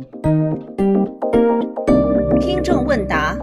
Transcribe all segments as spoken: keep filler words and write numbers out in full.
听众问答。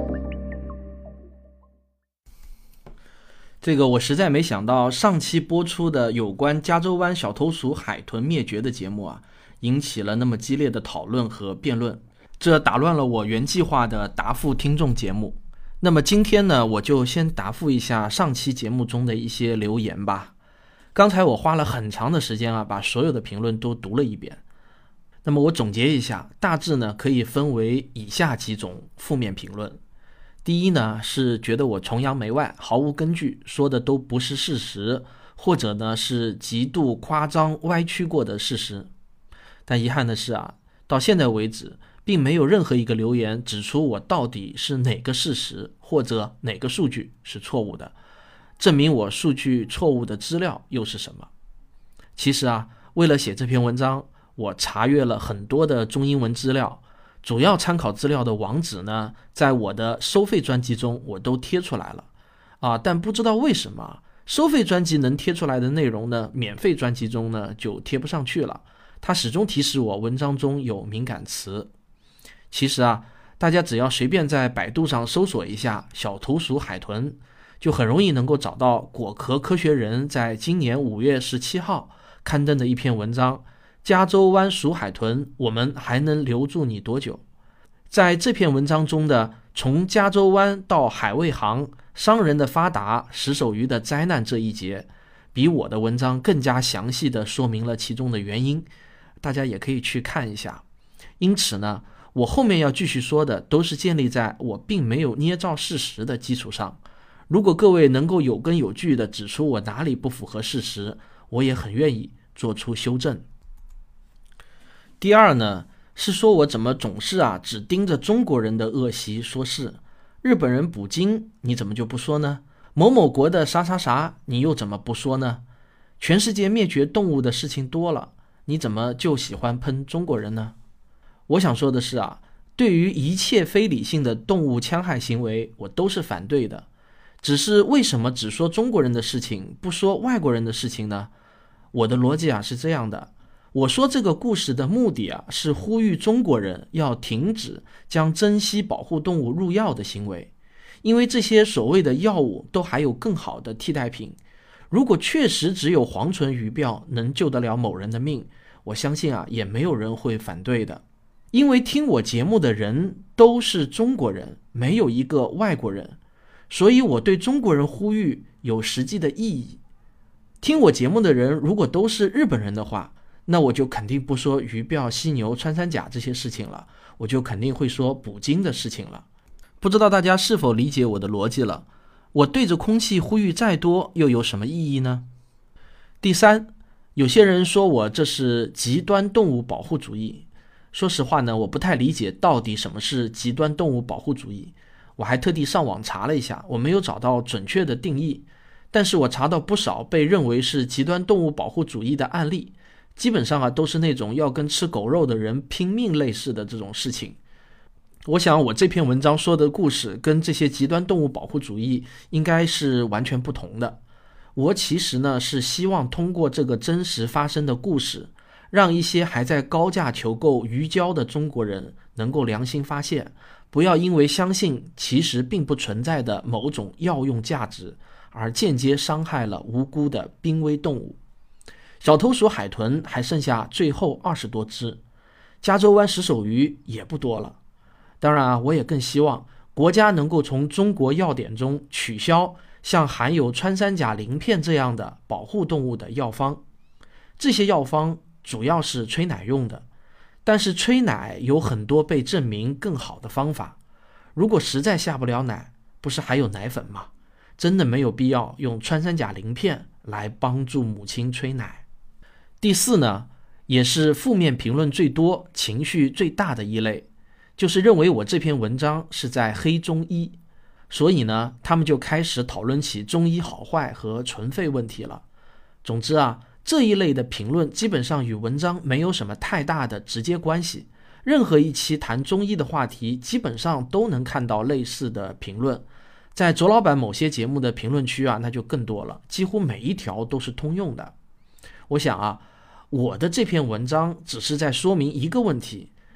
这个我实在没想到，上期播出的有关加州湾小偷鼠海豚灭绝的节目啊，引起了那么激烈的讨论和辩论，这打乱了我原计划的答复听众节目。那么今天呢，我就先答复一下上期节目中的一些留言吧。刚才我花了很长的时间啊，把所有的评论都读了一遍。那么我总结一下，大致呢可以分为以下几种负面评论。第一呢，是觉得我崇洋媚外，毫无根据，说的都不是事实，或者呢是极度夸张歪曲过的事实。但遗憾的是啊，到现在为止，并没有任何一个留言指出我到底是哪个事实或者哪个数据是错误的，证明我数据错误的资料又是什么。其实啊，为了写这篇文章，我查阅了很多的中英文资料，主要参考资料的网址呢，在我的收费专辑中我都贴出来了啊，但不知道为什么收费专辑能贴出来的内容呢，免费专辑中呢就贴不上去了，它始终提示我文章中有敏感词。其实啊，大家只要随便在百度上搜索一下小偷鼠海豚，就很容易能够找到果壳科学人在今年五月十七号刊登的一篇文章，加州湾鼠海豚，我们还能留住你多久？在这篇文章中的从加州湾到海卫航，商人的发达，石手鱼的灾难这一节，比我的文章更加详细地说明了其中的原因，大家也可以去看一下。因此呢，我后面要继续说的都是建立在我并没有捏造事实的基础上。如果各位能够有根有据地指出我哪里不符合事实，我也很愿意做出修正。第二呢，是说我怎么总是啊只盯着中国人的恶习说事，日本人捕鲸你怎么就不说呢？某某国的啥啥啥你又怎么不说呢？全世界灭绝动物的事情多了，你怎么就喜欢喷中国人呢？我想说的是啊，对于一切非理性的动物戕害行为，我都是反对的。只是为什么只说中国人的事情，不说外国人的事情呢？我的逻辑啊是这样的，我说这个故事的目的啊，是呼吁中国人要停止将珍稀保护动物入药的行为，因为这些所谓的药物都还有更好的替代品。如果确实只有黄唇鱼鳔能救得了某人的命，我相信啊，也没有人会反对的。因为听我节目的人都是中国人，没有一个外国人，所以我对中国人呼吁有实际的意义。听我节目的人如果都是日本人的话，那我就肯定不说鱼鳔、犀牛、穿山甲这些事情了，我就肯定会说捕鲸的事情了。不知道大家是否理解我的逻辑了？我对着空气呼吁再多又有什么意义呢？第三，有些人说我这是极端动物保护主义。说实话呢，我不太理解到底什么是极端动物保护主义。我还特地上网查了一下，我没有找到准确的定义，但是我查到不少被认为是极端动物保护主义的案例，基本上啊都是那种要跟吃狗肉的人拼命类似的这种事情。我想我这篇文章说的故事跟这些极端动物保护主义应该是完全不同的。我其实呢是希望通过这个真实发生的故事，让一些还在高价求购鱼胶的中国人能够良心发现，不要因为相信其实并不存在的某种药用价值，而间接伤害了无辜的濒危动物。小偷鼠海豚还剩下最后二十多只，加州湾石手鱼也不多了。当然啊，我也更希望国家能够从中国药典中取消像含有穿山甲鳞片这样的保护动物的药方。这些药方主要是催奶用的，但是催奶有很多被证明更好的方法。如果实在下不了奶，不是还有奶粉吗？真的没有必要用穿山甲鳞片来帮助母亲催奶。第四呢，也是负面评论最多、情绪最大的一类，就是认为我这篇文章是在黑中医，所以呢，他们就开始讨论起中医好坏和存废问题了。总之啊，这一类的评论基本上与文章没有什么太大的直接关系。任何一期谈中医的话题，基本上都能看到类似的评论。在卓老板某些节目的评论区啊，那就更多了，几乎每一条都是通用的。我想啊，我的这篇文章只是在说明一个问题，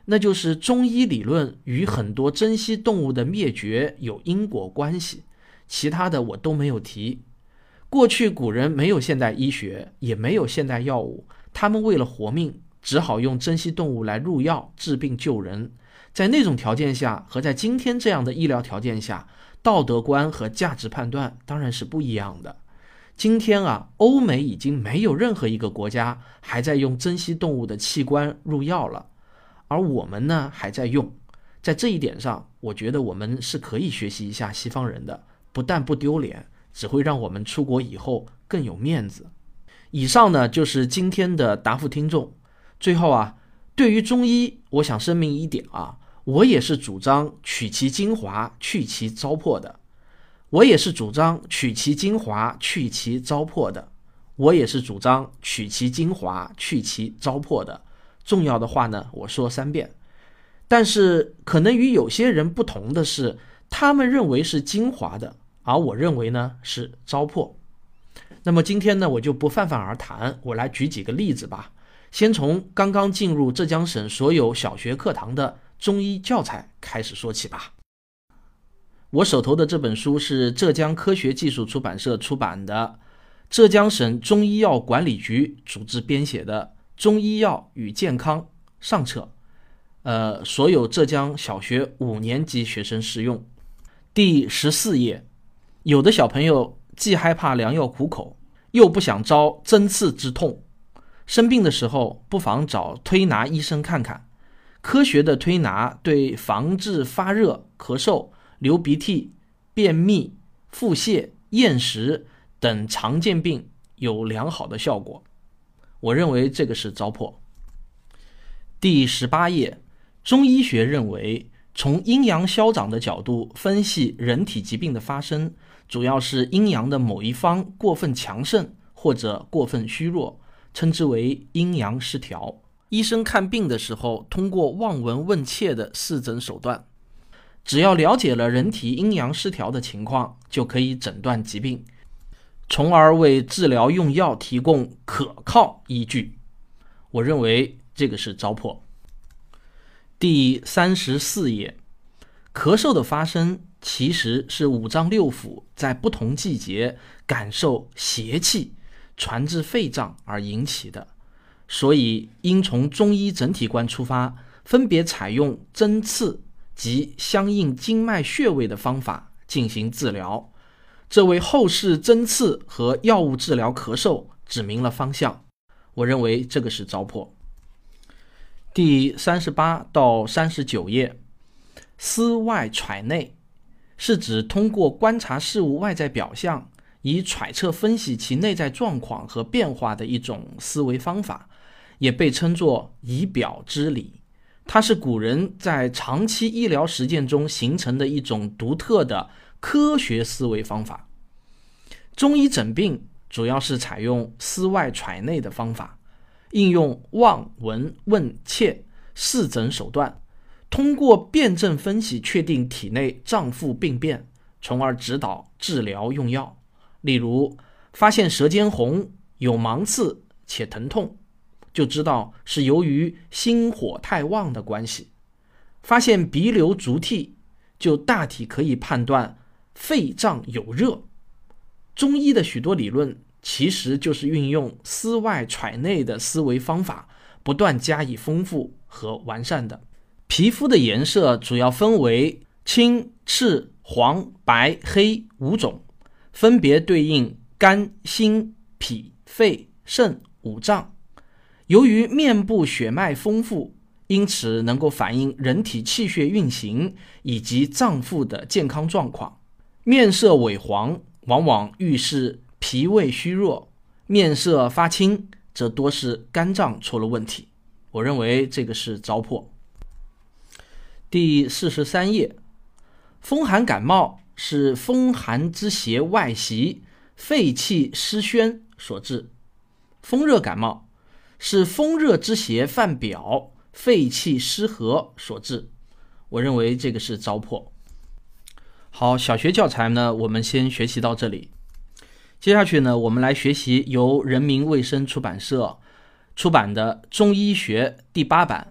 那就是中医理论与很多珍稀动物的灭绝有因果关系，其他的我都没有提。过去古人没有现代医学，也没有现代药物，他们为了活命，只好用珍稀动物来入药治病救人。在那种条件下，和在今天这样的医疗条件下，道德观和价值判断当然是不一样的。今天啊，欧美已经没有任何一个国家还在用珍稀动物的器官入药了，而我们呢还在用。在这一点上，我觉得我们是可以学习一下西方人的，不但不丢脸，只会让我们出国以后更有面子。以上呢就是今天的答复听众。最后啊，对于中医，我想声明一点啊，我也是主张取其精华，去其糟粕的。我也是主张取其精华，去其糟粕的。我也是主张取其精华，去其糟粕的。重要的话呢，我说三遍。但是可能与有些人不同的是，他们认为是精华的，而我认为呢是糟粕。那么今天呢，我就不泛泛而谈，我来举几个例子吧。先从刚刚进入浙江省所有小学课堂的中医教材开始说起吧。我手头的这本书是浙江科学技术出版社出版的，浙江省中医药管理局组织编写的《中医药与健康》上册，呃，所有浙江小学五年级学生适用。第十四页，有的小朋友既害怕良药苦口，又不想遭针刺之痛，生病的时候不妨找推拿医生看看。科学的推拿对防治发热、咳嗽、流鼻涕、便秘、腹泻、厌食等常见病有良好的效果。我认为这个是糟粕。第十八页，中医学认为，从阴阳消长的角度分析人体疾病的发生，主要是阴阳的某一方过分强盛或者过分虚弱，称之为阴阳失调。医生看病的时候，通过望闻问切的视诊手段，只要了解了人体阴阳失调的情况，就可以诊断疾病，从而为治疗用药提供可靠依据。我认为这个是糟粕。第三十四页，咳嗽的发生其实是五脏六腑在不同季节感受邪气传至肺脏而引起的，所以应从中医整体观出发，分别采用针刺及相应经脉穴位的方法进行治疗，这为后世针刺和药物治疗咳嗽指明了方向。我认为这个是糟粕。第三十八到三十九页，思外揣内是指通过观察事物外在表象，以揣测分析其内在状况和变化的一种思维方法，也被称作以表知理。它是古人在长期医疗实践中形成的一种独特的科学思维方法。中医诊病主要是采用思外揣内的方法，应用望闻问切视诊手段，通过辩证分析确定体内脏腑病变，从而指导治疗用药。例如，发现舌尖红、有芒刺且疼痛，就知道是由于心火太旺的关系；发现鼻流足涕，就大体可以判断肺脏有热。中医的许多理论其实就是运用思外揣内的思维方法，不断加以丰富和完善的。皮肤的颜色主要分为青、赤、黄、白、黑五种，分别对应肝、心、脾、肺、肾五脏。由于面部血脉丰富，因此能够反映人体气血运行以及脏腑的健康状况。面色萎黄往往预示脾胃虚弱，面色发青则多是肝脏出了问题。我认为这个是糟粕。第四十三页，风寒感冒是风寒之邪外袭，肺气失宣所致；风热感冒是风热之邪犯表，肺气失和所致。我认为这个是糟粕。好，小学教材呢，我们先学习到这里。接下去呢，我们来学习由人民卫生出版社出版的《中医学》第八版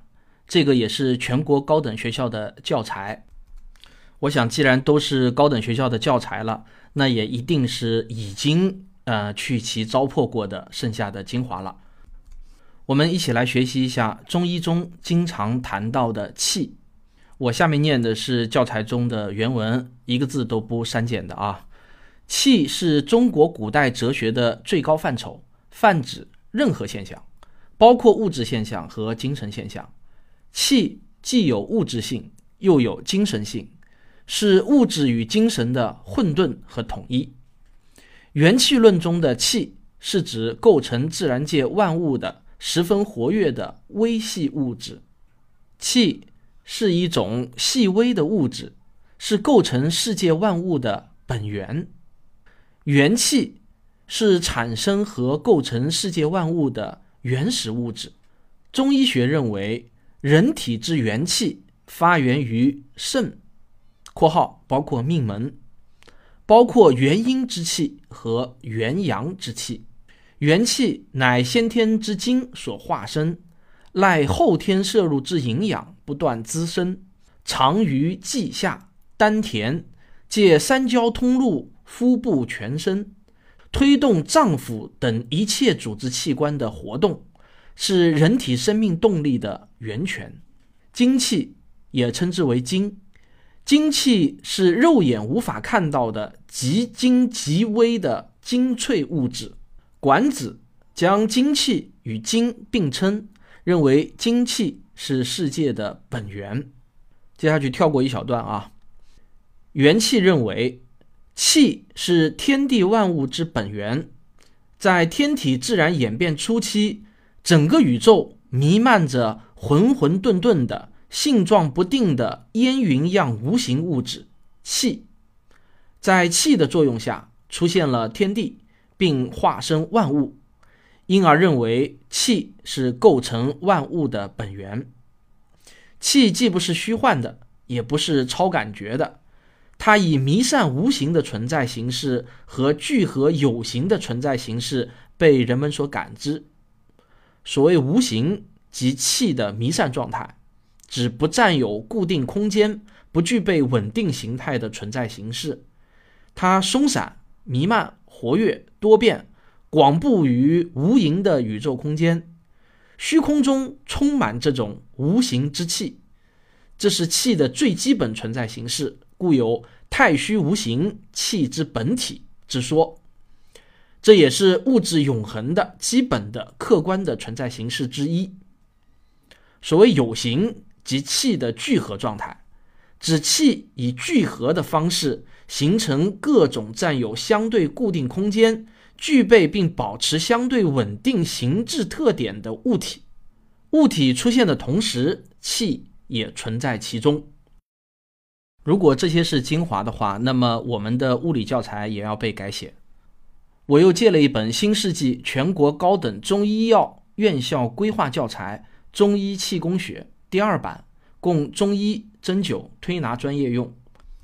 这个也是全国高等学校的教材。我想既然都是高等学校的教材了，那也一定是已经呃去其糟粕过的剩下的精华了。我们一起来学习一下中医中经常谈到的气。我下面念的是教材中的原文，一个字都不删减的啊。气是中国古代哲学的最高范畴，泛指任何现象，包括物质现象和精神现象。气既有物质性，又有精神性，是物质与精神的混沌和统一。元气论中的气是指构成自然界万物的十分活跃的微细物质。气是一种细微的物质，是构成世界万物的本源。元气是产生和构成世界万物的原始物质。中医学认为，人体之元气发源于肾（括号包括命门），包括元阴之气和元阳之气。元气乃先天之精所化生，赖后天摄入之营养不断滋生，藏于脐下、丹田，借三焦通路腹部全身，推动脏腑等一切组织器官的活动，是人体生命动力的源泉。精气也称之为精，精气是肉眼无法看到的极精极微的精粹物质。管子将精气与精并称，认为精气是世界的本源。接下去跳过一小段啊。元气认为，气是天地万物之本源。在天体自然演变初期，整个宇宙弥漫着浑浑沌沌的性状不定的烟云样无形物质气。在气的作用下，出现了天地，并化生万物，因而认为气是构成万物的本源。气既不是虚幻的，也不是超感觉的，它以弥散无形的存在形式和聚合有形的存在形式被人们所感知。所谓无形，即气的弥散状态，指不占有固定空间，不具备稳定形态的存在形式。它松散、弥漫、活跃、多变，广布于无垠的宇宙空间。虚空中充满这种无形之气，这是气的最基本存在形式，故有太虚无形，气之本体之说。这也是物质永恒的基本的客观的存在形式之一。所谓有形，即气的聚合状态，指气以聚合的方式形成各种占有相对固定空间，具备并保持相对稳定形制特点的物体。物体出现的同时，气也存在其中。如果这些是精华的话，那么我们的物理教材也要被改写。我又借了一本新世纪全国高等中医药院校规划教材《中医气功学》第二版，供中医、针灸、推拿专业用。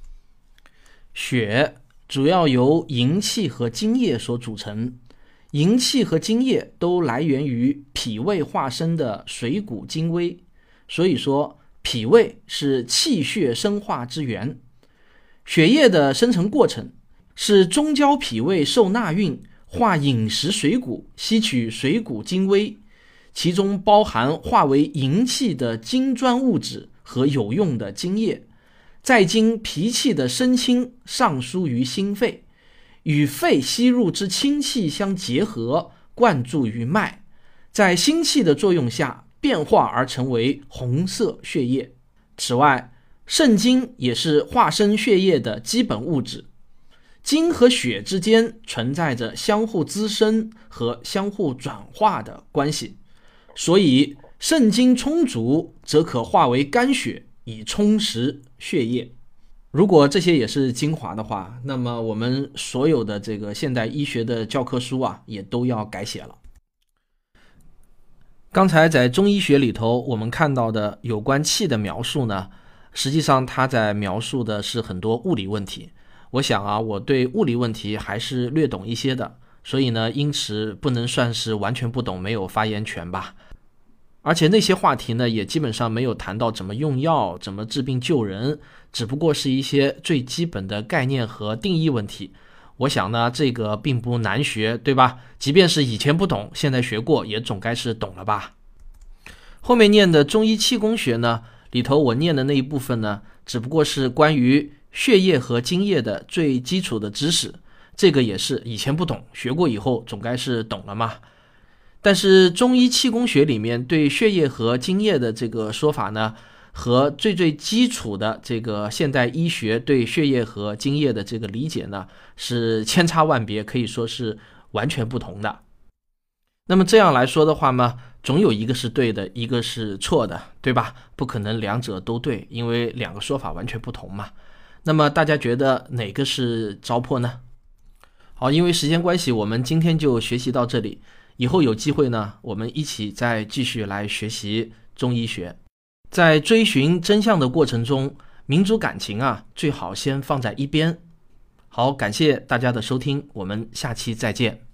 血主要由营气和津液所组成，营气和津液都来源于脾胃化生的水谷精微，所以说脾胃是气血生化之源。血液的生成过程是中焦脾胃受纳运，化饮食水谷，吸取水谷精微，其中包含化为营气的精专物质和有用的津液，再经脾气的生清上输于心肺，与肺吸入之清气相结合，灌注于脉，在心气的作用下变化而成为红色血液。此外，肾精也是化生血液的基本物质。精和血之间存在着相互滋生和相互转化的关系，所以肾精充足则可化为肝血，以充实血液。如果这些也是精华的话，那么我们所有的这个现代医学的教科书啊，也都要改写了。刚才在中医学里头我们看到的有关气的描述呢，实际上它在描述的是很多物理问题。我想啊，我对物理问题还是略懂一些的，所以呢，因此不能算是完全不懂，没有发言权吧。 而且那些话题呢，也基本上没有谈到怎么用药、怎么治病救人，只不过是一些最基本的概念和定义问题。我想呢，这个并不难学，对吧？即便是以前不懂，现在学过，也总该是懂了吧。后面念的中医气功学呢，里头我念的那一部分呢，只不过是关于血液和津液的最基础的知识，这个也是以前不懂，学过以后总该是懂了嘛。但是中医气功学里面对血液和津液的这个说法呢，和最最基础的这个现代医学对血液和津液的这个理解呢，是千差万别，可以说是完全不同的。那么这样来说的话嘛，总有一个是对的，一个是错的，对吧？不可能两者都对，因为两个说法完全不同嘛。那么大家觉得哪个是糟粕呢？好，因为时间关系，我们今天就学习到这里。以后有机会呢，我们一起再继续来学习中医学。在追寻真相的过程中，民族感情啊，最好先放在一边。好，感谢大家的收听，我们下期再见。